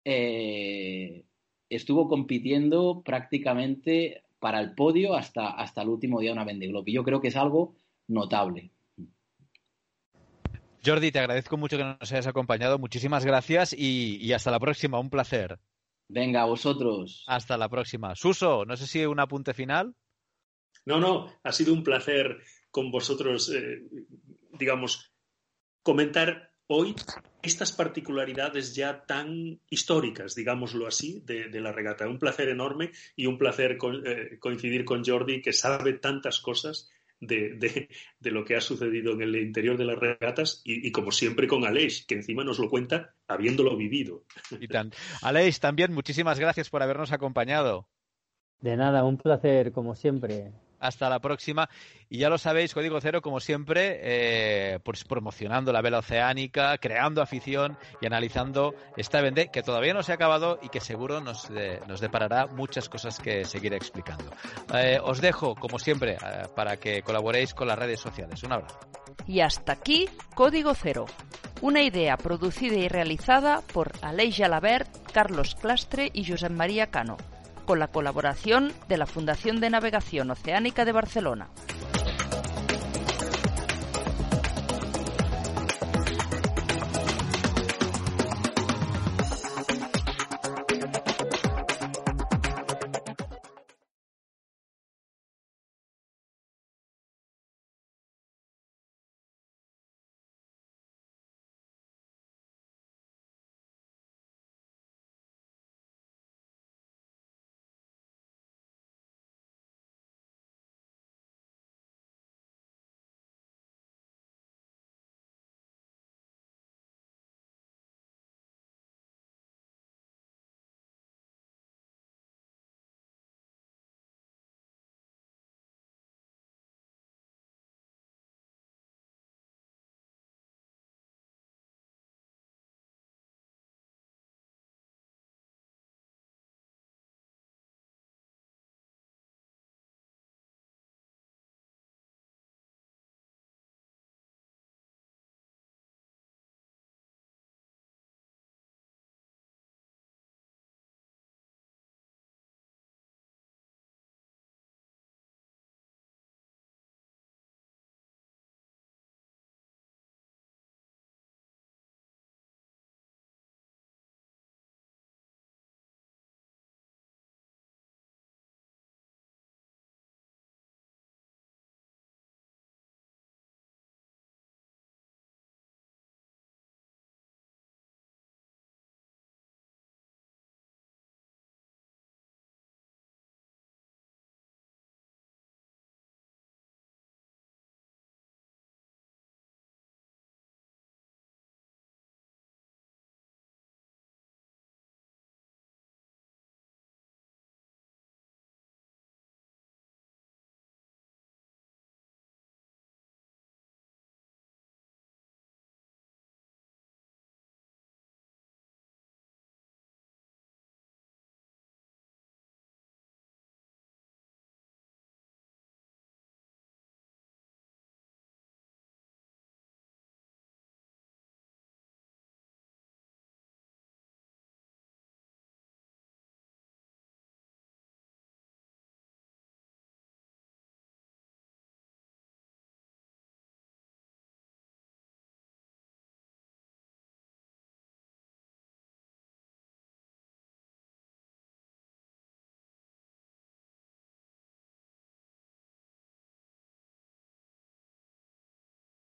eh, estuvo compitiendo prácticamente para el podio hasta, hasta el último día de una Vendée Globe. Y yo creo que es algo notable. Jordi, te agradezco mucho que nos hayas acompañado. Muchísimas gracias y, y hasta la próxima. Un placer. Venga, vosotros. Hasta la próxima. Suso, no sé si un apunte final. No, no, ha sido un placer con vosotros, eh, digamos, comentar hoy estas particularidades ya tan históricas, digámoslo así, de, de la regata. Un placer enorme y un placer co- eh, coincidir con Jordi, que sabe tantas cosas de, de, de lo que ha sucedido en el interior de las regatas y, y como siempre con Aleix, que encima nos lo cuenta habiéndolo vivido. Y tan... Aleix, también muchísimas gracias por habernos acompañado. De nada, un placer, como siempre. Hasta la próxima. Y ya lo sabéis, Código Cero, como siempre, eh, pues promocionando la vela oceánica, creando afición y analizando esta Vendée, que todavía no se ha acabado y que seguro nos, de, nos deparará muchas cosas que seguiré explicando. Eh, os dejo, como siempre, eh, para que colaboréis con las redes sociales. Un abrazo. Y hasta aquí, Código Cero. Una idea producida y realizada por Aleix Jalabert, Carlos Clastre y Josep María Cano, con la colaboración de la Fundación de Navegación Oceánica de Barcelona.